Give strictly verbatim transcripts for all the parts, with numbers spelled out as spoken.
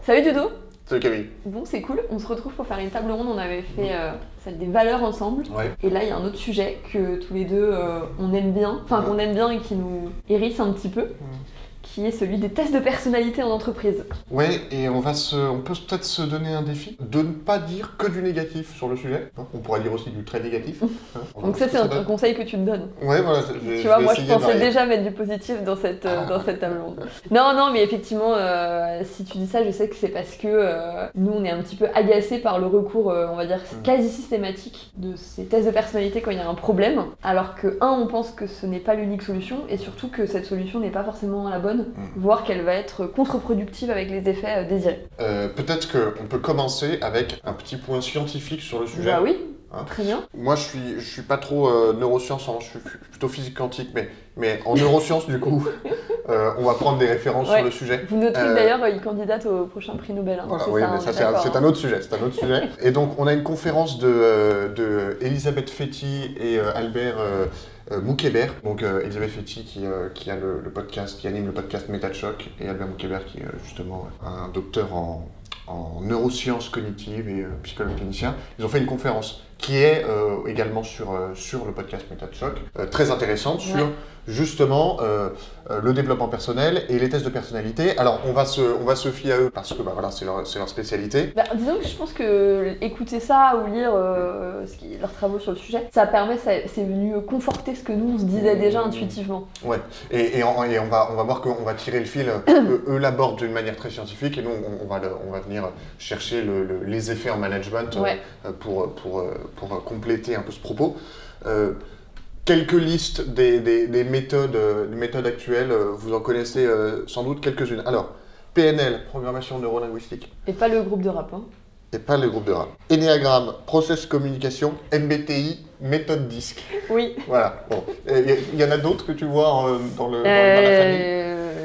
Salut Dodo. Salut Camille. Bon, c'est cool, on se retrouve pour faire une table ronde, on avait fait euh, celle des valeurs ensemble. Ouais. Et là, il y a un autre sujet que tous les deux, euh, on aime bien, enfin qu'on aime bien et qui nous hérisse un petit peu, qui est celui des tests de personnalité en entreprise. Ouais, et on va se, on peut peut-être se donner un défi de ne pas dire que du négatif sur le sujet. On pourrait dire aussi du très négatif. Donc ça, c'est un, un conseil que tu te donnes. Ouais, voilà. Tu vois, moi, je pensais déjà mettre du positif dans cette, euh, dans cette table ronde. Non, non, mais effectivement, euh, si tu dis ça, je sais que c'est parce que euh, nous, on est un petit peu agacés par le recours, euh, on va dire, quasi systématique de ces tests de personnalité quand il y a un problème. Alors que, un, on pense que ce n'est pas l'unique solution, et surtout que cette solution n'est pas forcément la bonne, mmh. voire qu'elle va être contre-productive avec les effets euh, désirés. Euh, peut-être qu'on peut commencer avec un petit point scientifique sur le sujet. Bah oui. Hein. Très bien. Moi, je suis, je suis pas trop euh, neurosciences, hein, je suis plutôt physique quantique, mais, mais en neurosciences, du coup, euh, on va prendre des références ouais. sur le sujet. Vous noterez euh... d'ailleurs, il candidate au prochain prix Nobel. Hein. Voilà, c'est oui, ça, mais hein, ça, c'est un, c'est un autre sujet. C'est un autre sujet. Et donc, on a une conférence de, euh, de Elisabeth Fetty et euh, Albert euh, euh, Moukébert. Donc, euh, Elisabeth Fetty qui, euh, qui a le, le podcast, qui anime le podcast Méta de choc, et Albert Moukébert qui est euh, justement un docteur en, en neurosciences cognitives et euh, psychologue clinicien. Ils ont fait une conférence qui est euh, également sur, euh, sur le podcast Méta de choc, euh, très intéressante sur ouais. justement euh, euh, le développement personnel et les tests de personnalité. Alors on va se, on va se fier à eux parce que bah, voilà, c'est leur, c'est leur spécialité. Bah, disons que je pense que écouter ça ou lire euh, ce qui, leurs travaux sur le sujet, ça permet, ça, c'est venu conforter ce que nous on se disait déjà intuitivement. Ouais, et, et, en, et on, va, on va voir qu'on va tirer le fil, eux, eux l'abordent d'une manière très scientifique et nous on, on, va, on va venir chercher le, le, les effets en management ouais. euh, pour, pour, pour compléter un peu ce propos. Euh, Quelques listes des, des, des, méthodes, euh, des méthodes actuelles, euh, vous en connaissez euh, sans doute quelques-unes. Alors, P N L, programmation neurolinguistique. Et pas le groupe de rap, hein. Et pas le groupe de rap. Ennéagramme, process communication, M B T I, méthode disque. Oui. Voilà. Bon. Il y, y en a d'autres que tu vois euh, dans, le, dans, euh... dans la famille?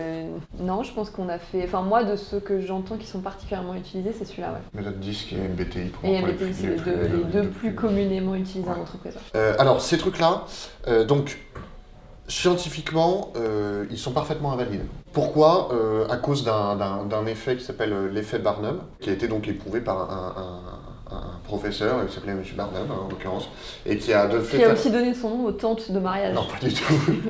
Non, je pense qu'on a fait... Enfin, moi, de ceux que j'entends qui sont particulièrement utilisés, c'est celui-là, ouais. Méthode disque et M B T I. Pour et M B T I, c'est les, les, deux, les deux plus communément utilisés ouais. en entreprise. Euh, alors, ces trucs-là, euh, donc, scientifiquement, euh, ils sont parfaitement invalides. Pourquoi euh, À cause d'un, d'un, d'un effet qui s'appelle l'effet Barnum, qui a été donc éprouvé par un, un, un, un professeur, qui s'appelait M. Barnum, en l'occurrence, et qui a... De fait qui a aussi donné son nom aux tantes de mariage. Non, pas du tout.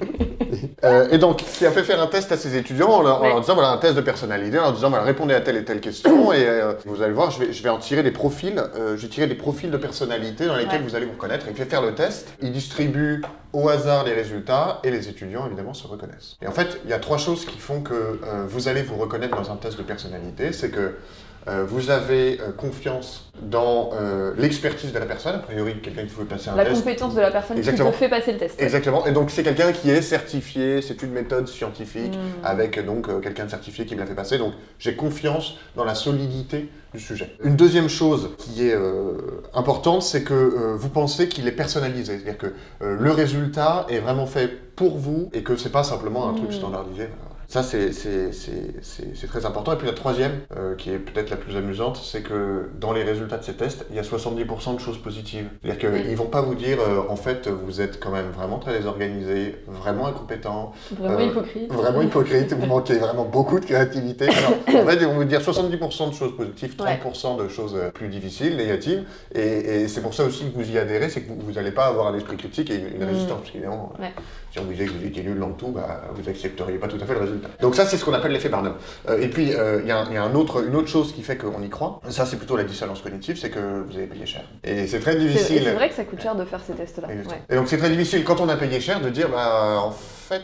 euh, et donc, qui a fait faire un test à ses étudiants en leur, ouais. en leur disant, voilà, un test de personnalité, en leur disant, voilà, répondez à telle et telle question, et euh, vous allez voir, je vais, je vais en tirer des profils, euh, je vais tirer des profils de personnalité dans lesquels ouais. vous allez vous connaître. Il fait faire le test, il distribue au hasard les résultats, et les étudiants, évidemment, se reconnaissent. Et en fait, il y a trois choses qui font que euh, vous allez vous reconnaître dans un test de personnalité, c'est que Euh, vous avez euh, confiance dans euh, l'expertise de la personne, a priori quelqu'un qui veut passer un la test. La compétence de la personne Exactement. qui te fait passer le test. Exactement, et donc c'est quelqu'un qui est certifié, c'est une méthode scientifique, mmh. avec donc euh, quelqu'un de certifié qui me l'a fait passer, donc j'ai confiance dans la solidité du sujet. Une deuxième chose qui est euh, importante, c'est que euh, vous pensez qu'il est personnalisé, c'est-à-dire que euh, le résultat est vraiment fait pour vous, et que c'est pas simplement un mmh. truc standardisé. Voilà. Ça, c'est, c'est, c'est, c'est, c'est très important. Et puis la troisième, euh, qui est peut-être la plus amusante, c'est que dans les résultats de ces tests, il y a soixante-dix pour cent de choses positives. C'est-à-dire qu'ils ne vont pas vous dire, euh, en fait, vous êtes quand même vraiment très désorganisé, vraiment incompétent. Vraiment euh, hypocrite. Vraiment hypocrite, vous manquez vraiment beaucoup de créativité. Alors, en fait, ils vont vous dire soixante-dix pour cent de choses positives, trente pour cent de choses plus difficiles, négatives. Et, et c'est pour ça aussi que vous y adhérez, c'est que vous n'allez pas avoir un esprit critique et une, une mmh. résistance. Parce qu'évidemment, ouais. si on vous disait que vous étiez nul dans tout, bah, vous n'accepteriez pas tout à fait le résultat. Donc ça, c'est ce qu'on appelle l'effet Barnum. Euh, et puis, il euh, y a, y a un autre, une autre chose qui fait qu'on y croit. Ça, c'est plutôt la dissonance cognitive, c'est que vous avez payé cher. Et c'est très difficile... C'est, c'est vrai que ça coûte cher de faire ces tests-là. Et, ouais. et donc, c'est très difficile, quand on a payé cher, de dire, bah, en fait,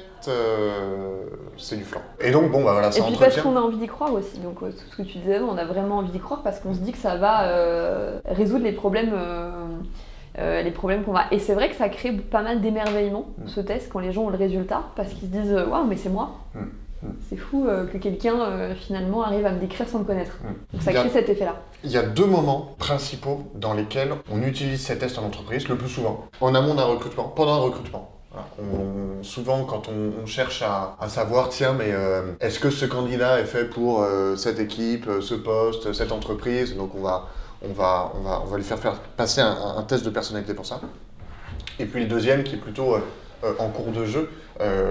euh, c'est du flan. Et donc, bon, bah voilà, ça entretient... Et puis entretient... parce qu'on a envie d'y croire aussi. Donc, euh, tout ce que tu disais, on a vraiment envie d'y croire parce qu'on se dit que ça va euh, résoudre les problèmes... Euh... Euh, les problèmes qu'on va... Et c'est vrai que ça crée pas mal d'émerveillement, mmh. ce test, quand les gens ont le résultat, parce qu'ils se disent « Waouh, mais c'est moi mmh. !» C'est fou euh, que quelqu'un, euh, finalement, arrive à me décrire sans me connaître. Mmh. Donc ça crée a, cet effet-là. Il y a deux moments principaux dans lesquels on utilise ces tests en entreprise, le plus souvent. En amont d'un recrutement, pendant un recrutement. Voilà. On, souvent, quand on, on cherche à, à savoir, tiens, mais euh, est-ce que ce candidat est fait pour euh, cette équipe, ce poste, cette entreprise? Donc on va... On va, on, va, on va lui faire, faire passer un, un test de personnalité pour ça. Et puis le deuxième, qui est plutôt euh, en cours de jeu, euh,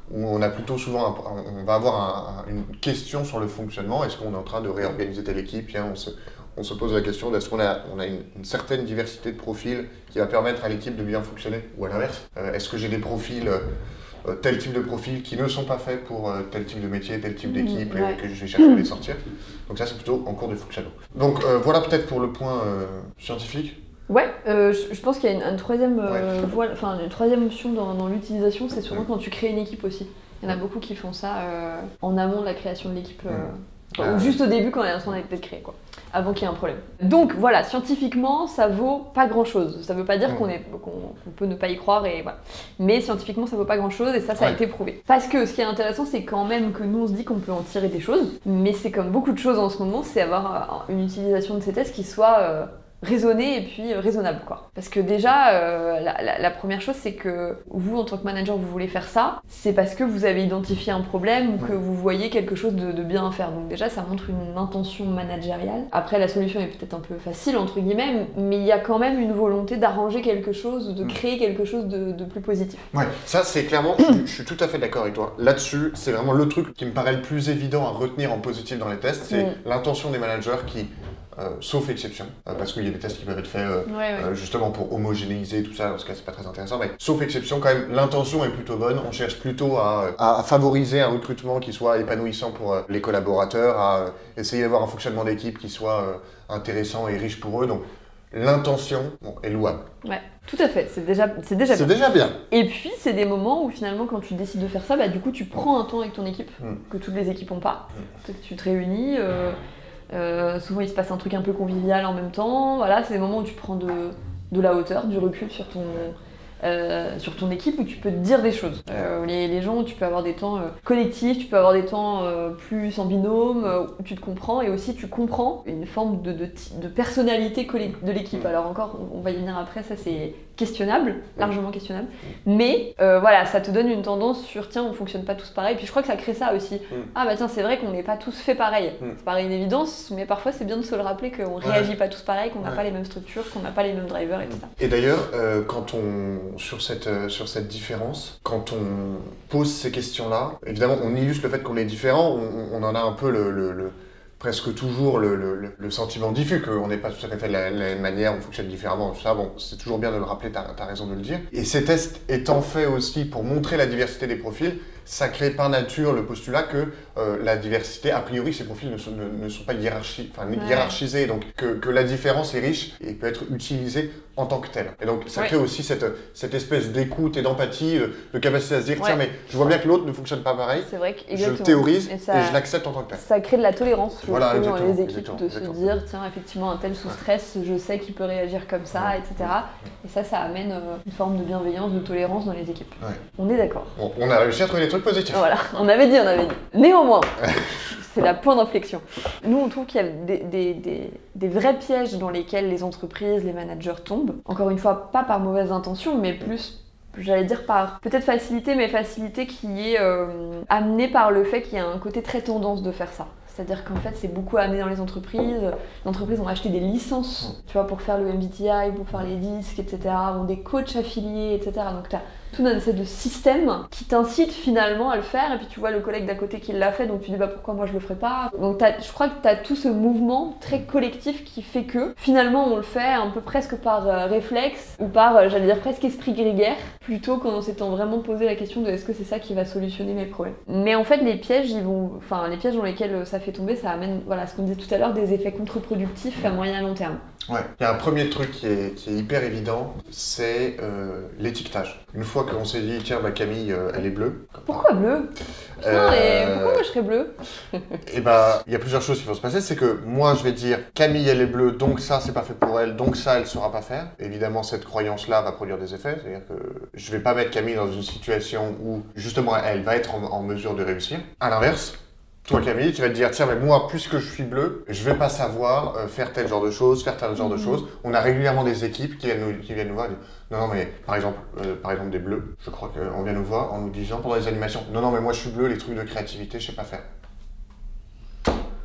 où on a plutôt souvent, un, on va avoir un, un, une question sur le fonctionnement. Est-ce qu'on est en train de réorganiser telle équipe? Bien, on se, on se pose la question d'est-ce qu'on a, on a une, une certaine diversité de profils qui va permettre à l'équipe de bien fonctionner, ou à l'inverse. Euh, est-ce que j'ai des profils, euh, tel type de profils qui ne sont pas faits pour euh, tel type de métier, tel type d'équipe, mmh, ouais. et que je vais chercher à les sortir. Donc ça, c'est plutôt en cours de fonctionnement. Donc euh, voilà peut-être pour le point euh, scientifique. Ouais, euh, je, je pense qu'il y a une, une, troisième, euh, ouais. voie, enfin, une troisième option dans, dans l'utilisation, c'est souvent ouais. quand tu crées une équipe aussi. Il y en a beaucoup qui font ça euh, en amont de la création de l'équipe, euh, ouais. ou ah, juste au début quand elle est en train d'être créée, quoi, avant qu'il y ait un problème. Donc voilà, scientifiquement, ça vaut pas grand-chose. Ça veut pas dire ouais. qu'on, est, qu'on, qu'on peut ne pas y croire, et voilà. Mais scientifiquement, ça vaut pas grand-chose, et ça, ça ouais. a été prouvé. Parce que ce qui est intéressant, c'est quand même que nous, on se dit qu'on peut en tirer des choses, mais c'est comme beaucoup de choses en ce moment, c'est avoir une utilisation de ces tests qui soit... Euh, raisonné et puis raisonnable, quoi. Parce que déjà, euh, la, la, la première chose, c'est que vous, en tant que manager, vous voulez faire ça, c'est parce que vous avez identifié un problème ou que vous voyez quelque chose de, de bien à faire. Donc déjà, ça montre une intention managériale. Après, la solution est peut-être un peu facile, entre guillemets, mais il y a quand même une volonté d'arranger quelque chose, de créer quelque chose de, de plus positif. Ouais, ça c'est clairement, je, je suis tout à fait d'accord avec toi. Là-dessus, c'est vraiment le truc qui me paraît le plus évident à retenir en positif dans les tests, c'est mm. l'intention des managers qui... Euh, sauf exception, euh, parce qu'il y a des tests qui peuvent être faits euh, ouais, ouais. Euh, justement pour homogénéiser tout ça, dans ce cas c'est pas très intéressant, mais sauf exception quand même, l'intention est plutôt bonne, on cherche plutôt à, à, à favoriser un recrutement qui soit épanouissant pour euh, les collaborateurs, à euh, essayer d'avoir un fonctionnement d'équipe qui soit euh, intéressant et riche pour eux, donc l'intention bon, est louable. Ouais, tout à fait, c'est déjà, c'est déjà c'est bien. déjà bien. Et puis c'est des moments où finalement quand tu décides de faire ça, bah du coup tu prends un temps avec ton équipe, mm. que toutes les équipes n'ont pas, mm. tu te réunis, euh, Euh, souvent il se passe un truc un peu convivial en même temps, voilà, c'est des moments où tu prends de, de la hauteur, du recul sur ton, euh, sur ton équipe, où tu peux te dire des choses. Euh, les, les gens, tu peux avoir des temps euh, collectifs, tu peux avoir des temps euh, plus en binôme, euh, où tu te comprends, et aussi tu comprends une forme de, de, de personnalité de l'équipe. Alors encore, on va y venir après, ça c'est questionnable, largement questionnable, mais euh, voilà, ça te donne une tendance sur tiens, on fonctionne pas tous pareil, puis je crois que ça crée ça aussi. Mm. Ah bah tiens, c'est vrai qu'on n'est pas tous fait pareil, mm. c'est paraît une évidence, mais parfois c'est bien de se le rappeler qu'on ouais. réagit pas tous pareil, qu'on n'a ouais. pas les mêmes structures, qu'on n'a pas les mêmes drivers, et cetera. Et d'ailleurs, euh, quand on, sur cette, euh, sur cette différence, quand on pose ces questions-là, évidemment on illustre le fait qu'on est différent, on, on en a un peu le, le, le presque toujours le, le, le sentiment diffus qu'on n'est pas tout à fait de la, la même manière, on fonctionne différemment, tout ça, bon, c'est toujours bien de le rappeler, t'as, t'as raison de le dire. Et ces tests étant faits aussi pour montrer la diversité des profils, ça crée par nature le postulat que euh, la diversité, a priori, ces profils ne sont, ne, ne sont pas hiérarchi, enfin, ouais. hiérarchisés, donc que, que la différence est riche et peut être utilisée en tant que telle. Et donc ça ouais. crée aussi cette, cette espèce d'écoute et d'empathie, de, de capacité à se dire, ouais. tiens, mais je vois bien que l'autre ne fonctionne pas pareil, c'est vrai que, je le théorise et, ça, et je l'accepte en tant que tel. Ça crée de la tolérance voilà, dans les équipes, exactement, de exactement. se dire, tiens, effectivement, un tel sous stress, je sais qu'il peut réagir comme ça, et cetera. Et ça, ça amène euh, une forme de bienveillance, de tolérance dans les équipes. Ouais. On est d'accord. Bon, on a réussi à trouver des trucs positifs. Voilà, on avait dit, on avait dit. Néanmoins, c'est la point d'inflexion. Nous, on trouve qu'il y a des, des, des, des vrais pièges dans lesquels les entreprises, les managers tombent. Encore une fois, pas par mauvaise intention, mais plus, j'allais dire par peut-être facilité, mais facilité qui est euh, amenée par le fait qu'il y a un côté très tendance de faire ça. C'est-à-dire qu'en fait, c'est beaucoup amené dans les entreprises. Les entreprises ont acheté des licences, tu vois, pour faire le M B T I, pour faire les disques, et cetera. Ont des coachs affiliés, et cetera. Donc, tu as tout un essai de système qui t'incite finalement à le faire. Et puis, tu vois le collègue d'à côté qui l'a fait, donc tu dis, bah pourquoi moi je le ferais pas? Donc, t'as, je crois que tu as tout ce mouvement très collectif qui fait que finalement, on le fait un peu presque par euh, réflexe ou par, euh, j'allais dire, presque esprit grégaire, plutôt qu'en s'étant vraiment posé la question de est-ce que c'est ça qui va solutionner mes problèmes. Mais en fait, les pièges, ils vont, enfin, les pièges dans lesquels ça fait tomber, ça amène, voilà, ce qu'on disait tout à l'heure, des effets contre-productifs à moyen et long terme. Ouais, il y a un premier truc qui est, qui est hyper évident, c'est euh, l'étiquetage. Une fois qu'on s'est dit, tiens, bah Camille, euh, elle est bleue. Pourquoi bleue? Putain, euh... et pourquoi moi je serais bleue? Et bah, il y a plusieurs choses qui vont se passer, c'est que moi je vais dire, Camille, elle est bleue, donc ça, c'est pas fait pour elle, donc ça, elle saura pas faire. Évidemment, cette croyance-là va produire des effets, c'est-à-dire que je vais pas mettre Camille dans une situation où, justement, elle va être en, en mesure de réussir. À l'inverse, toi Camille, tu vas te dire, tiens, mais moi, puisque je suis bleu, je vais pas savoir euh, faire tel genre de choses, faire tel genre mmh. de choses. On a régulièrement des équipes qui viennent nous, qui viennent nous voir et disent, non, non, mais par exemple, euh, par exemple des bleus, je crois qu'on vient nous voir en nous disant pendant les animations, non, non, mais moi je suis bleu, les trucs de créativité, je sais pas faire.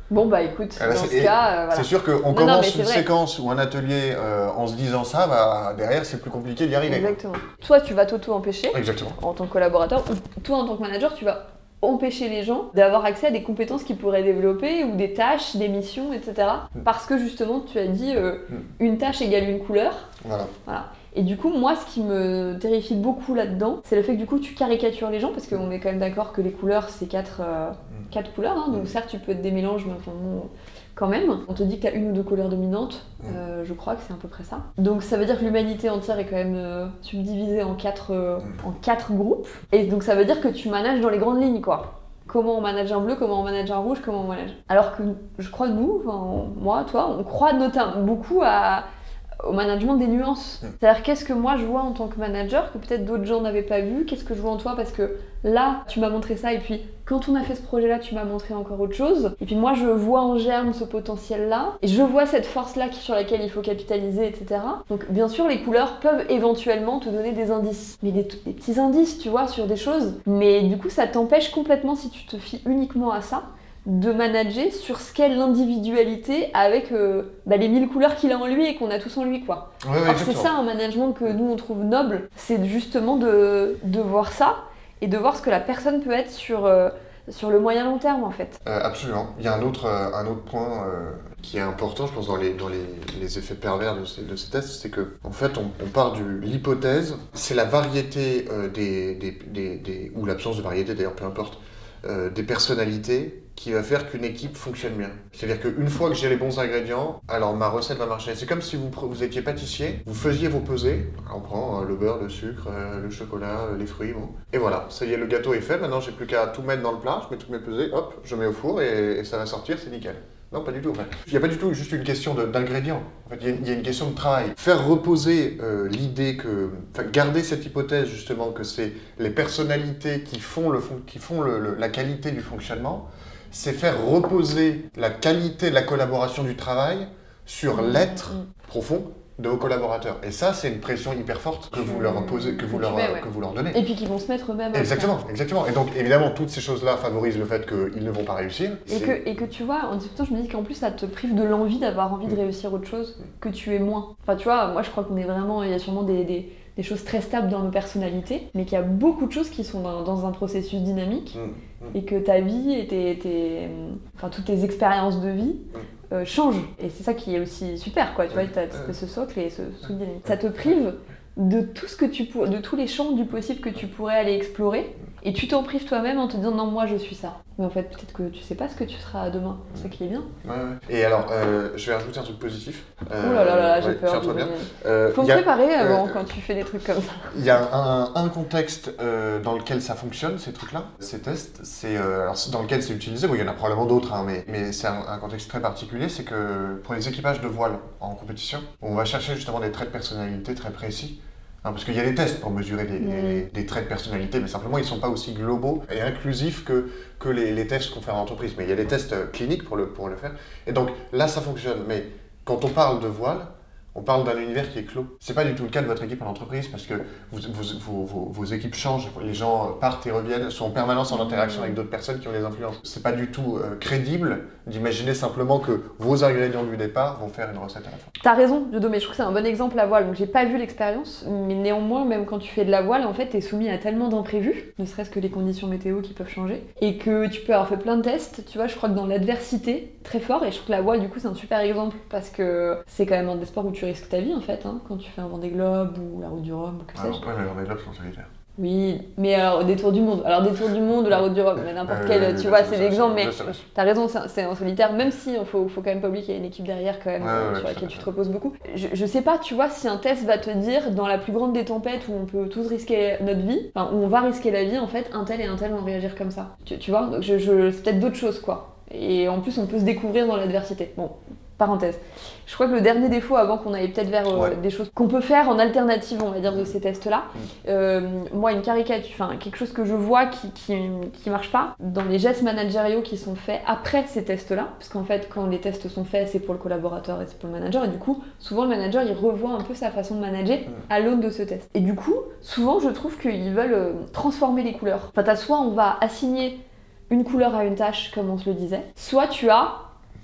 Bon bah écoute, Ah, là, dans c'est- ce et cas, euh, voilà. C'est sûr qu'on Non, non, commence mais c'est une vrai. séquence ou un atelier euh, en se disant ça, bah, derrière c'est plus compliqué d'y arriver. Exactement. Toi, tu vas t'auto-empêcher Exactement. en tant que collaborateur, ou toi en tant que manager, tu vas empêcher les gens d'avoir accès à des compétences qu'ils pourraient développer ou des tâches, des missions, et cetera. Mm. Parce que justement, tu as dit euh, Mm. une tâche égale une couleur. Voilà. Voilà. Et du coup, moi, ce qui me terrifie beaucoup là-dedans, c'est le fait que du coup, tu caricatures les gens, parce qu'on est quand même d'accord que les couleurs, c'est quatre, euh, Mm. quatre couleurs. Hein, donc Mm. certes, tu peux être des mélanges, mais enfin bon, quand même. On te dit que tu as une ou deux couleurs dominantes. Mm. Euh, je crois que c'est à peu près ça. Donc ça veut dire que l'humanité entière est quand même euh, subdivisée en quatre, euh, Mm. en quatre groupes. Et donc ça veut dire que tu manages dans les grandes lignes, quoi. Comment on manage un bleu, comment on manage un rouge, comment on manage. Alors que je crois, nous, enfin, moi, toi, on croit notamment beaucoup à au management des nuances. Mm. C'est-à-dire qu'est-ce que moi je vois en tant que manager que peut-être d'autres gens n'avaient pas vu, qu'est-ce que je vois en toi parce que là tu m'as montré ça et puis quand on a fait ce projet-là tu m'as montré encore autre chose et puis moi je vois en germe ce potentiel-là et je vois cette force-là qui- sur laquelle il faut capitaliser, et cetera. Donc bien sûr les couleurs peuvent éventuellement te donner des indices, mais des, des petits indices tu vois sur des choses, mais du coup ça t'empêche complètement si tu te fies uniquement à ça de manager sur ce qu'est l'individualité avec euh, bah, les mille couleurs qu'il a en lui et qu'on a tous en lui, quoi. Ouais, ouais, Or, c'est exactement. ça un management que nous on trouve noble, c'est justement de, de voir ça et de voir ce que la personne peut être sur, euh, sur le moyen long terme en fait. Euh, absolument. Il y a un autre, euh, un autre point euh, qui est important, je pense, dans les, dans les, les effets pervers de ces, de ces tests, c'est que en fait, on, on part de l'hypothèse, c'est la variété euh, des, des, des, des- ou l'absence de variété d'ailleurs, peu importe, euh, des personnalités qui va faire qu'une équipe fonctionne bien. C'est-à-dire qu'une fois que j'ai les bons ingrédients, alors ma recette va marcher. C'est comme si vous, pre- vous étiez pâtissier, vous faisiez vos pesées, on prend euh, le beurre, le sucre, euh, le chocolat, euh, les fruits, bon. Et voilà, ça y est, le gâteau est fait, maintenant j'ai plus qu'à tout mettre dans le plat, je mets toutes mes pesées, hop, je mets au four et, et ça va sortir, c'est nickel. Non, pas du tout. En fait. Il n'y a pas du tout juste une question de- d'ingrédients. En fait, il y, a- il y a une question de travail. Faire reposer euh, l'idée que, enfin, garder cette hypothèse justement que c'est les personnalités qui font, le, fon- qui font le- le- la qualité du fonctionnement, c'est faire reposer la qualité de la collaboration du travail sur l'être profond de vos collaborateurs. Et ça, c'est une pression hyper forte que vous leur imposez, que vous Que leur, tu mets, ouais. que vous leur donnez. Et puis qui vont se mettre eux-mêmes. à le Exactement, exactement. Et donc, évidemment, toutes ces choses-là favorisent le fait qu'ils ne vont pas réussir. Et C'est- que, et que tu vois, en discutant, je me dis qu'en plus ça te prive de l'envie d'avoir envie de réussir autre chose, que tu es moins. Enfin, tu vois, moi je crois qu'on est vraiment, il y a sûrement des, des, des choses très stables dans nos personnalités, mais qu'il y a beaucoup de choses qui sont dans, dans un processus dynamique Mm, mm. et que ta vie et tes, tes- enfin, toutes tes expériences de vie euh, changent. Et c'est ça qui est aussi super, quoi. Tu vois, t'as t'as ce socle et ce truc dynamique. Ça te prive de tout ce que tu pour... de tous les champs du possible que tu pourrais aller explorer et tu t'en prives toi-même en te disant non moi je suis ça, mais en fait peut-être que tu sais pas ce que tu seras demain, c'est ça qui est bien. Ouais, ouais. Et alors, euh, je vais rajouter un truc positif. Euh, Oh là là là, j'ai ouais, peur. tiens-toi bien. mais- Euh, Faut me il y a- préparer avant euh, quand tu fais des trucs comme ça. Il y a un, un contexte euh, dans lequel ça fonctionne, ces trucs-là, ces tests, c'est euh, alors, c'est dans lequel c'est utilisé, bon, il y en a probablement d'autres, hein, mais, mais c'est un, un contexte très particulier, c'est que pour les équipages de voile en compétition, on va chercher justement des traits de personnalité très précis. Hein, parce qu'il y a des tests pour mesurer des, Mm. des- des traits de personnalité, mais simplement ils ne sont pas aussi globaux et inclusifs que, que les, les tests qu'on fait en entreprise. Mais il y a des tests euh, cliniques pour le, pour le faire. Et donc là, ça fonctionne. Mais quand on parle de voile, on parle d'un univers qui est clos. C'est pas du tout le cas de votre équipe en entreprise parce que vous, vous- vos, vos- vos équipes changent, les gens partent et reviennent, sont en permanence en interaction avec d'autres personnes qui ont des influences. C'est pas du tout euh, crédible d'imaginer simplement que vos ingrédients du départ vont faire une recette à la fin. T'as raison, Dodo, mais je trouve que c'est un bon exemple la voile. Donc j'ai pas vu l'expérience, mais néanmoins, même quand tu fais de la voile, en fait, t'es soumis à tellement d'imprévus, ne serait-ce que les conditions météo qui peuvent changer, et que tu peux avoir fait plein de tests. Tu vois, je crois que dans l'adversité, très fort, et je trouve que la voile, du coup, c'est un super exemple parce que c'est quand même un des sports où tu risques ta vie, en fait, hein, quand tu fais un Vendée Globe ou la Route du Rhum ou que Ah, sais-je. ouais, mais les globes sont solitaires. Oui, mais alors des tours du monde. Alors des tours du monde ou la Route du Rhum, mais n'importe Euh, quel, oui, tu bien vois, sûr, c'est bien des sûr, exemples, mais bien sûr, bien sûr. t'as raison, c'est un- c'est en solitaire, même si il faut, faut quand même pas oublier qu'il y a une équipe derrière quand même, Ouais, euh, ouais, sur ouais, laquelle tout à tu te fait. reposes beaucoup. Je, je sais pas, tu vois, si un test va te dire, dans la plus grande des tempêtes où on peut tous risquer notre vie, enfin où on va risquer la vie, en fait, un tel et un tel vont réagir comme ça. Tu, tu vois, donc je, je, c'est peut-être d'autres choses, quoi. Et en plus, on peut se découvrir dans l'adversité. Bon, parenthèse. Je crois que le dernier défaut, avant qu'on aille peut-être vers euh, Ouais. des choses qu'on peut faire en alternative, on va dire, de ces tests-là, Mm. euh, moi, une caricature, enfin, quelque chose que je vois qui, qui, qui marche pas, dans les gestes managériaux qui sont faits après ces tests-là, parce qu'en fait, quand les tests sont faits, c'est pour le collaborateur et c'est pour le manager, et du coup, souvent, le manager, il revoit un peu sa façon de manager à l'aune de ce test. Et du coup, souvent, je trouve qu'ils veulent euh, transformer les couleurs. Enfin, t'as soit on va assigner une couleur à une tâche, comme on se le disait, soit tu as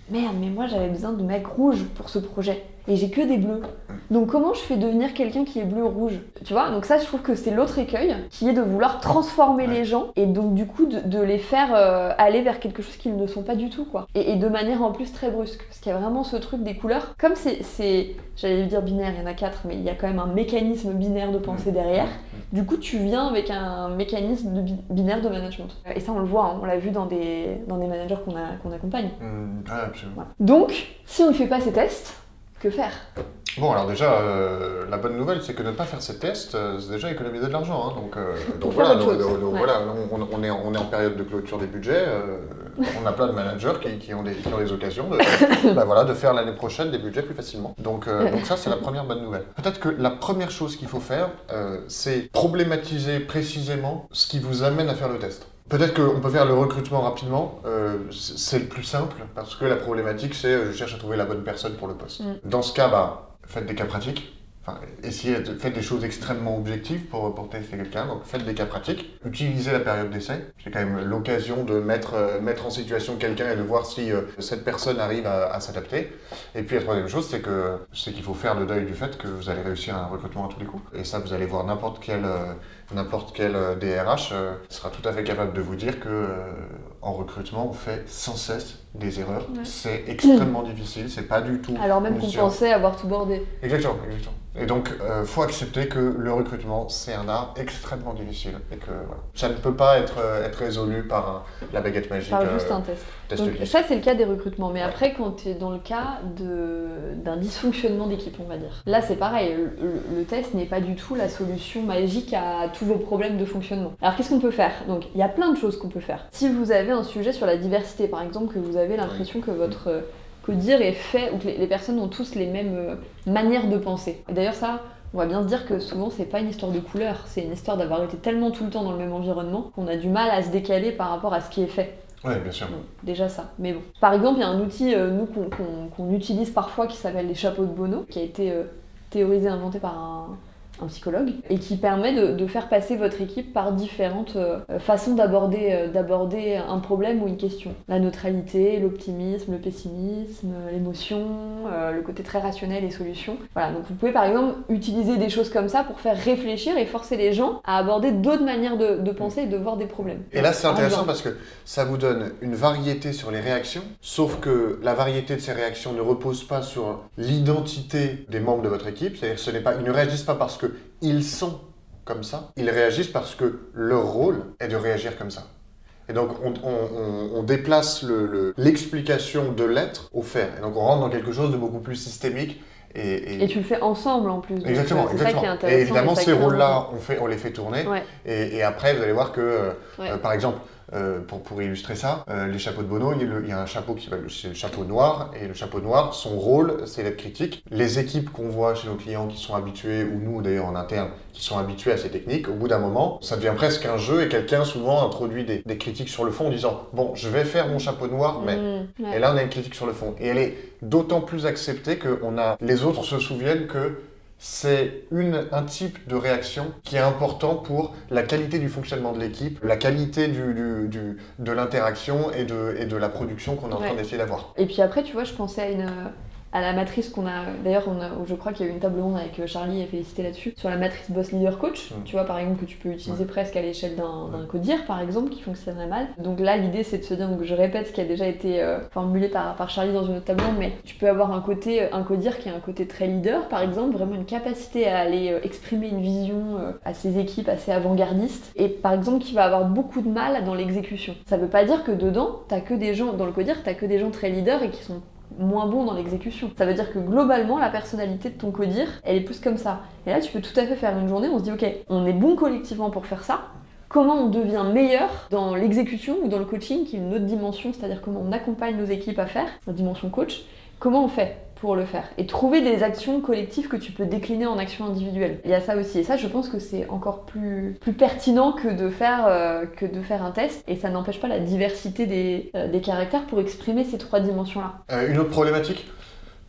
merde, mais moi j'avais besoin de mecs rouges pour ce projet. Et j'ai que des bleus. Donc comment je fais devenir quelqu'un qui est bleu-rouge? Tu vois, donc ça je trouve que c'est l'autre écueil, qui est de vouloir transformer ouais. les gens et donc du coup de, de les faire euh, aller vers quelque chose qu'ils ne sont pas du tout quoi. Et, et de manière en plus très brusque, parce qu'il y a vraiment ce truc des couleurs. Comme c'est, c'est j'allais dire binaire, il y en a quatre, mais il y a quand même un mécanisme binaire de pensée derrière. Du coup tu viens avec un mécanisme de bi- binaire de management. Et ça on le voit, hein, on l'a vu dans des, dans des managers qu'on, a, qu'on accompagne. Mmh, ouais, absolument. Voilà. Donc si on ne fait pas ces tests, que faire? Bon, alors déjà, euh, la bonne nouvelle, c'est que ne pas faire ces tests, euh, c'est déjà économiser de l'argent. Hein, donc, euh, donc, voilà, donc, donc, donc ouais. voilà, on, on, est, on est en période de clôture des budgets. Euh, on a plein de managers qui, qui, ont, des, qui ont des occasions de, bah voilà, de faire l'année prochaine des budgets plus facilement. Donc, euh, donc ça, c'est la première bonne nouvelle. Peut-être que la première chose qu'il faut faire, euh, c'est problématiser précisément ce qui vous amène à faire le test. Peut-être qu'on peut faire le recrutement rapidement, euh, c'est le plus simple, parce que la problématique, c'est euh, je cherche à trouver la bonne personne pour le poste. Mm. Dans ce cas, bah, faites des cas pratiques. Enfin, essayez de faire des choses extrêmement objectives pour, pour tester quelqu'un, donc faites des cas pratiques. Utilisez la période d'essai, c'est quand même l'occasion de mettre, euh, mettre en situation quelqu'un et de voir si euh, cette personne arrive à, à s'adapter. Et puis la troisième chose, c'est que c'est qu'il faut faire le deuil du fait que vous allez réussir un recrutement à tous les coups. Et ça, vous allez voir n'importe quel, euh, n'importe quel euh, D R H euh, sera tout à fait capable de vous dire que euh, en recrutement, on fait sans cesse des erreurs. Ouais. C'est extrêmement mmh. difficile, c'est pas du tout... Alors même qu'on pensait avoir tout bordé. Exactement, exactement. Et donc, il euh, faut accepter que le recrutement, c'est un art extrêmement difficile et que voilà, ça ne peut pas être, euh, être résolu par un, la baguette magique. Par juste euh, un test. test donc, ça, c'est le cas des recrutements. Mais ouais. après, quand tu es dans le cas de, d'un dysfonctionnement d'équipe, on va dire, là, c'est pareil. Le, le, le test n'est pas du tout la solution magique à tous vos problèmes de fonctionnement. Alors, qu'est-ce qu'on peut faire? Donc, il y a plein de choses qu'on peut faire. Si vous avez un sujet sur la diversité, par exemple, que vous avez l'impression oui. que votre... Euh, codir est fait, ou que les, les personnes ont tous les mêmes euh, manières de penser. Et d'ailleurs ça, on va bien se dire que souvent c'est pas une histoire de couleur, c'est une histoire d'avoir été tellement tout le temps dans le même environnement qu'on a du mal à se décaler par rapport à ce qui est fait. Oui, bien sûr. Donc, déjà ça, mais bon. Par exemple, il y a un outil, euh, nous, qu'on, qu'on, qu'on utilise parfois qui s'appelle les chapeaux de Bono, qui a été euh, théorisé, inventé par un... un psychologue, et qui permet de, de faire passer votre équipe par différentes euh, façons d'aborder, euh, d'aborder un problème ou une question. La neutralité, l'optimisme, le pessimisme, l'émotion, euh, le côté très rationnel et solution. Voilà, donc vous pouvez par exemple utiliser des choses comme ça pour faire réfléchir et forcer les gens à aborder d'autres manières de, de penser et de voir des problèmes. Et là c'est intéressant parce que ça vous donne une variété sur les réactions, sauf que la variété de ces réactions ne repose pas sur l'identité des membres de votre équipe, c'est-à-dire que ce n'est pas, ils ne réagissent pas parce que ils sont comme ça, ils réagissent parce que leur rôle est de réagir comme ça. Et donc on, on, on déplace le, le, l'explication de l'être au faire. Et donc on rentre dans quelque chose de beaucoup plus systémique. Et, et... et tu le fais ensemble en plus. Exactement, donc, c'est exactement. Ça qui est intéressant, et évidemment ces rôles-là, on, fait, on les fait tourner. Ouais. Et, et après vous allez voir que, euh, ouais. euh, par exemple, Euh, pour, pour illustrer ça, euh, les chapeaux de Bono, il y, a le, il y a un chapeau qui s'appelle le chapeau noir, et le chapeau noir, son rôle, c'est d'être critique. Les équipes qu'on voit chez nos clients qui sont habitués, ou nous d'ailleurs en interne, qui sont habitués à ces techniques, au bout d'un moment, ça devient presque un jeu, et quelqu'un souvent introduit des, des critiques sur le fond en disant « Bon, je vais faire mon chapeau noir, mais… Mmh, » ouais. Et là, on a une critique sur le fond. Et elle est d'autant plus acceptée que on a, les autres se souviennent que c'est une, un type de réaction qui est important pour la qualité du fonctionnement de l'équipe, la qualité du, du, du, de l'interaction et de, et de la production qu'on est en ouais. train d'essayer d'avoir. Et puis après, tu vois, je pensais à une... à la matrice qu'on a, d'ailleurs on a, je crois qu'il y a eu une table ronde avec Charlie et Félicité là-dessus, sur la matrice boss leader coach, mmh. tu vois par exemple que tu peux utiliser ouais. presque à l'échelle d'un, d'un codir par exemple, qui fonctionnerait mal. Donc là l'idée c'est de se dire, donc je répète ce qui a déjà été euh, formulé par, par Charlie dans une autre table ronde, mais tu peux avoir un côté, un codir qui a un côté très leader par exemple, vraiment une capacité à aller euh, exprimer une vision euh, à ses équipes assez avant-gardistes, et par exemple qui va avoir beaucoup de mal dans l'exécution. Ça veut pas dire que dedans, t'as que des gens, dans le codir, t'as que des gens très leaders et qui sont moins bon dans l'exécution. Ça veut dire que globalement, la personnalité de ton codir, elle est plus comme ça. Et là, tu peux tout à fait faire une journée, on se dit, ok, on est bon collectivement pour faire ça, comment on devient meilleur dans l'exécution ou dans le coaching, qui est une autre dimension, c'est-à-dire comment on accompagne nos équipes à faire, la dimension coach, comment on fait pour le faire, et trouver des actions collectives que tu peux décliner en actions individuelles. Il y a ça aussi, et ça je pense que c'est encore plus, plus pertinent que de, faire, euh, que de faire un test, et ça n'empêche pas la diversité des, euh, des caractères pour exprimer ces trois dimensions-là. Euh, une autre problématique,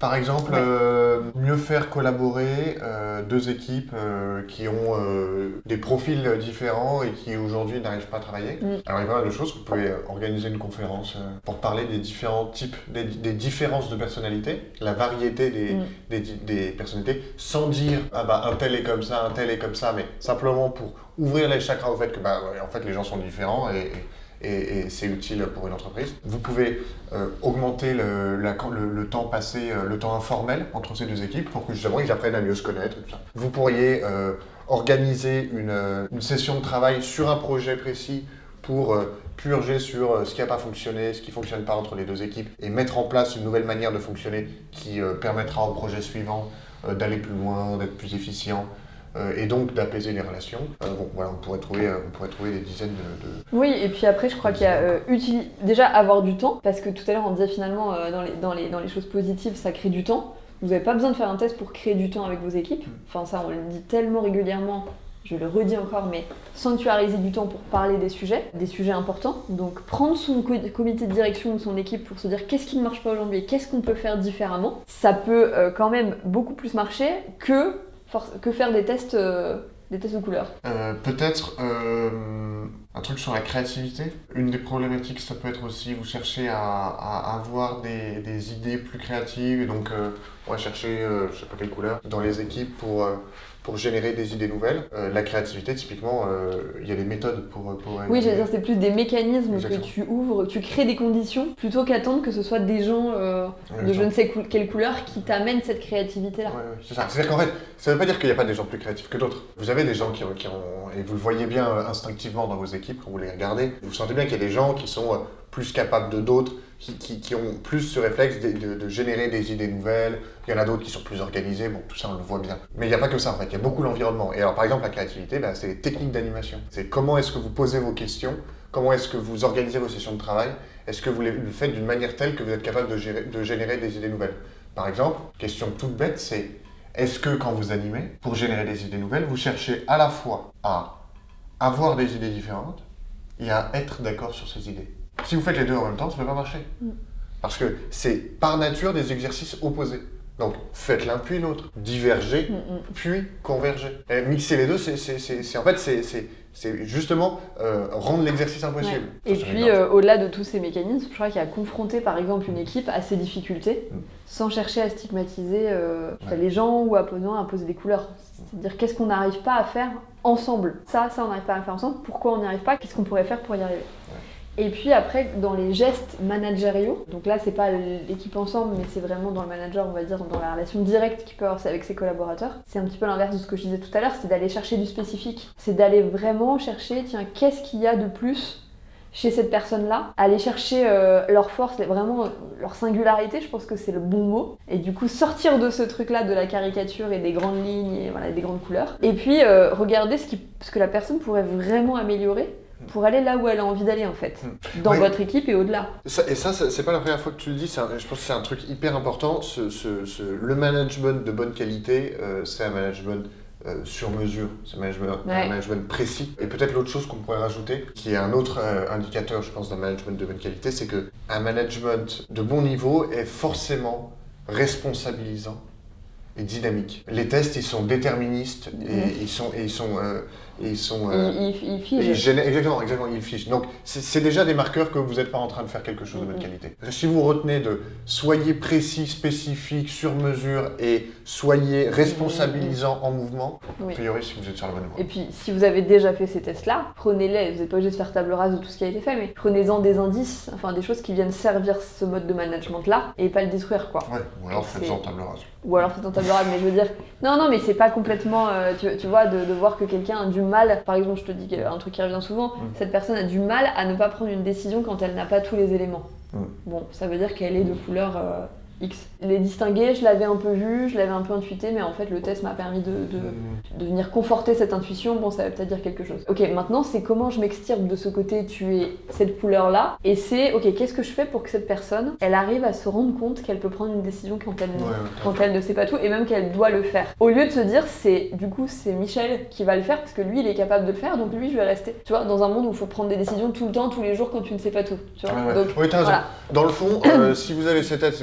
Par exemple, Ouais. euh, mieux faire collaborer euh, deux équipes euh, qui ont euh, des profils différents et qui aujourd'hui n'arrivent pas à travailler. Mm. Alors il y a pas mal de choses. Vous pouvez euh, organiser une conférence euh, pour parler des différents types, des, des différences de personnalités, la variété des, Mm. des, des personnalités, sans dire ah bah un tel est comme ça, un tel est comme ça, mais simplement pour ouvrir les chakras au fait que bah ouais, en fait les gens sont différents et, et, et c'est utile pour une entreprise. Vous pouvez euh, augmenter le, la, le, le temps passé, euh, le temps informel entre ces deux équipes pour que justement ils apprennent à mieux se connaître et tout ça. Vous pourriez euh, organiser une, une session de travail sur un projet précis pour euh, purger sur euh, ce qui n'a pas fonctionné, ce qui ne fonctionne pas entre les deux équipes et mettre en place une nouvelle manière de fonctionner qui euh, permettra au projet suivant euh, d'aller plus loin, d'être plus efficient. Euh, et donc d'apaiser les relations. Euh, bon, voilà, on pourrait trouver, euh, on pourrait trouver des dizaines de, de... Oui, et puis après, je crois qu'il y a euh, utili- déjà avoir du temps, parce que tout à l'heure on disait finalement euh, dans, les, dans, les, dans les choses positives, ça crée du temps. Vous n'avez pas besoin de faire un test pour créer du temps avec vos équipes. Enfin ça, on le dit tellement régulièrement, je le redis encore, mais sanctuariser du temps pour parler des sujets, des sujets importants. Donc prendre son co- comité de direction ou son équipe pour se dire qu'est-ce qui ne marche pas aujourd'hui et qu'est-ce qu'on peut faire différemment, ça peut euh, quand même beaucoup plus marcher que que faire des tests, euh, des tests de couleurs. Euh, peut-être euh, un truc sur la créativité. Une des problématiques, ça peut être aussi, vous cherchez à, à avoir des, des idées plus créatives, et donc euh, on va chercher, euh, je sais pas quelle couleur, dans les équipes pour, euh, pour générer des idées nouvelles. Euh, la créativité, typiquement, euh, il y a des méthodes pour... pour oui, j'allais dire, c'est plus des mécanismes Exactement. que tu ouvres, tu crées des conditions, plutôt qu'attendre que ce soit des gens euh, Ouais, de genre. je ne sais cou- quelle couleur qui t'amènent cette créativité-là. Ouais, ouais, c'est ça. C'est-à-dire qu'en fait, ça ne veut pas dire qu'il n'y a pas des gens plus créatifs que d'autres. Vous avez des gens qui, qui ont, et vous le voyez bien euh, instinctivement dans vos équipes quand vous les regardez, vous sentez bien qu'il y a des gens qui sont euh, plus capables de d'autres, qui, qui, qui ont plus ce réflexe de, de, de générer des idées nouvelles. Il y en a d'autres qui sont plus organisés, bon, tout ça on le voit bien. Mais il n'y a pas que ça en fait, il y a beaucoup l'environnement. Et alors par exemple, la créativité, bah, c'est les techniques d'animation. C'est comment est-ce que vous posez vos questions, comment est-ce que vous organisez vos sessions de travail, est-ce que vous le faites d'une manière telle que vous êtes capable de, gérer, de générer des idées nouvelles. Par exemple, question toute bête, c'est est-ce que quand vous animez, pour générer des idées nouvelles, vous cherchez à la fois à avoir des idées différentes et à être d'accord sur ces idées. Si vous faites les deux en même temps, ça ne peut pas marcher. Mm. Parce que c'est par nature des exercices opposés. Donc faites l'un puis l'autre, divergez mm, mm. puis convergez. Et mixer les deux, c'est, c'est, c'est, c'est en fait c'est, c'est, c'est justement euh, rendre l'exercice impossible. Ouais. Et puis euh, au-delà de tous ces mécanismes, je crois qu'il y a confronter par exemple une équipe à ses difficultés, mm. sans chercher à stigmatiser euh, ouais. les gens ou à, non, à poser des couleurs. C'est-à-dire qu'est-ce qu'on n'arrive pas à faire ensemble. Ça, ça on n'arrive pas à faire ensemble. Pourquoi on n'y arrive pas? Qu'est-ce qu'on pourrait faire pour y arriver? Ouais. Et puis après, dans les gestes managériaux, donc là c'est pas l'équipe ensemble, mais c'est vraiment dans le manager, on va dire, dans la relation directe qu'il peut avoir avec ses collaborateurs. C'est un petit peu l'inverse de ce que je disais tout à l'heure, c'est d'aller chercher du spécifique. C'est d'aller vraiment chercher, tiens, qu'est-ce qu'il y a de plus chez cette personne-là, aller chercher euh, leur force, vraiment leur singularité, je pense que c'est le bon mot, et du coup sortir de ce truc-là, de la caricature et des grandes lignes et voilà, des grandes couleurs, et puis euh, regarder ce, qui, ce que la personne pourrait vraiment améliorer pour aller là où elle a envie d'aller en fait, dans oui. votre équipe et au-delà. Ça, et ça, c'est pas la première fois que tu le dis, c'est un, je pense que c'est un truc hyper important. Ce, ce, ce, le management de bonne qualité, euh, c'est un management euh, sur mesure, c'est un management, ouais. un management précis. Et peut-être l'autre chose qu'on pourrait rajouter, qui est un autre euh, indicateur, je pense, d'un management de bonne qualité, c'est qu'un management de bon niveau est forcément responsabilisant et dynamique. Les tests, ils sont déterministes et mmh. ils sont, et ils sont, euh, et ils sont. Euh, ils, ils, ils figent. Ils génèrent, exactement, exactement, ils fichent. Donc, c'est, c'est déjà des marqueurs que vous n'êtes pas en train de faire quelque chose mmh. de bonne qualité. Si vous retenez de soyez précis, spécifique, sur mesure et soyez responsabilisant mmh. en mouvement, oui. a priori, si vous êtes sur la bonne voie. Et puis, si vous avez déjà fait ces tests-là, prenez-les. Vous n'êtes pas obligé de faire table rase de tout ce qui a été fait, mais prenez-en des indices, enfin des choses qui viennent servir ce mode de management-là et pas le détruire, quoi. Ouais, ou alors faites-en table rase. Ou alors faites en table rase, mais je veux dire, non, non, mais c'est pas complètement, euh, tu, tu vois, de, de voir que quelqu'un a du mal, par exemple, je te dis un truc qui revient souvent, mmh. cette personne a du mal à ne pas prendre une décision quand elle n'a pas tous les éléments. Mmh. Bon, ça veut dire qu'elle est de couleur euh, X. Les distinguer, je l'avais un peu vu, je l'avais un peu intuité, mais en fait, le test m'a permis de, de, mmh. de venir conforter cette intuition, bon, ça veut peut-être dire quelque chose. Ok, maintenant, c'est comment je m'extirpe de ce côté, tu es cette couleur-là, et c'est, ok, qu'est-ce que je fais pour que cette personne, elle arrive à se rendre compte qu'elle peut prendre une décision quand elle, ouais, quand elle ne sait pas tout, et même qu'elle doit le faire. Au lieu de se dire, c'est, du coup, c'est Michel qui va le faire, parce que lui, il est capable de le faire, donc lui, je vais rester. Tu vois, dans un monde où il faut prendre des décisions tout le temps, tous les jours, quand tu ne sais pas tout. Tu vois, ouais, ouais. Donc, oui, t'as raison. Voilà. Dans le fond, euh, si vous avez ces tests et que vous, vous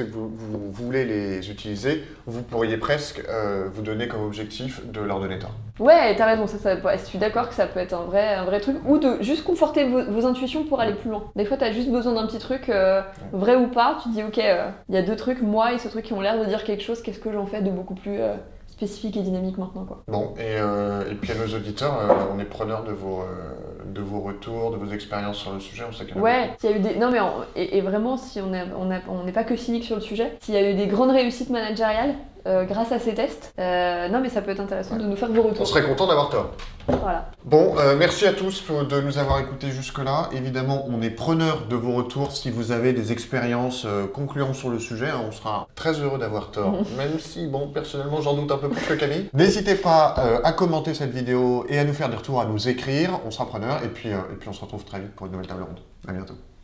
vous voulez les utiliser, vous pourriez presque euh, vous donner comme objectif de leur donner tort. Ouais, t'as raison, ça, ça, ouais, je suis d'accord que ça peut être un vrai, un vrai truc, ou de juste conforter vos, vos intuitions pour aller plus loin. Des fois, t'as juste besoin d'un petit truc, euh, vrai ou pas, tu te dis, ok, il euh, y a deux trucs, moi et ce truc qui ont l'air de dire quelque chose, qu'est-ce que j'en fais de beaucoup plus euh, spécifique et dynamique maintenant, quoi. Bon, et, euh, et puis à nos auditeurs, euh, on est preneurs de vos, euh, de vos retours, de vos expériences sur le sujet, on sait qu'il y en a Ouais, s'il y a eu des... Non mais, on... et, et vraiment, si on n'est on a... on n'est pas que cynique sur le sujet, s'il y a eu des grandes réussites managériales, Euh, grâce à ces tests. Euh, non mais ça peut être intéressant ouais. de nous faire vos retours. On serait content d'avoir tort. Voilà. Bon, euh, merci à tous pour, de nous avoir écoutés jusque-là. Évidemment, on est preneur de vos retours si vous avez des expériences euh, concluantes sur le sujet. Hein, on sera très heureux d'avoir tort, même si, bon, personnellement, j'en doute un peu plus que Camille. N'hésitez pas euh, à commenter cette vidéo et à nous faire des retours, à nous écrire. On sera preneur et puis, euh, et puis on se retrouve très vite pour une nouvelle table ronde. À bientôt.